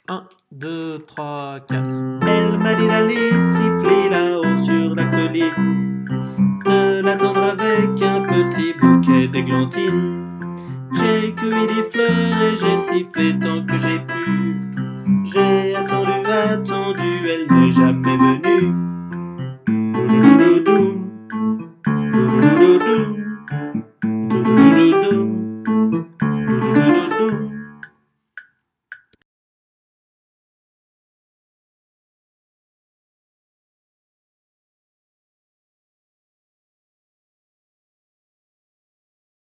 1, 2, 3, 4. Elle m'a dit d'aller siffler là-haut sur la colline, de l'attendre avec un petit bouquet d'églantines. J'ai cueilli des fleurs et j'ai sifflé tant que j'ai pu. J'ai attendu, elle n'est jamais venue.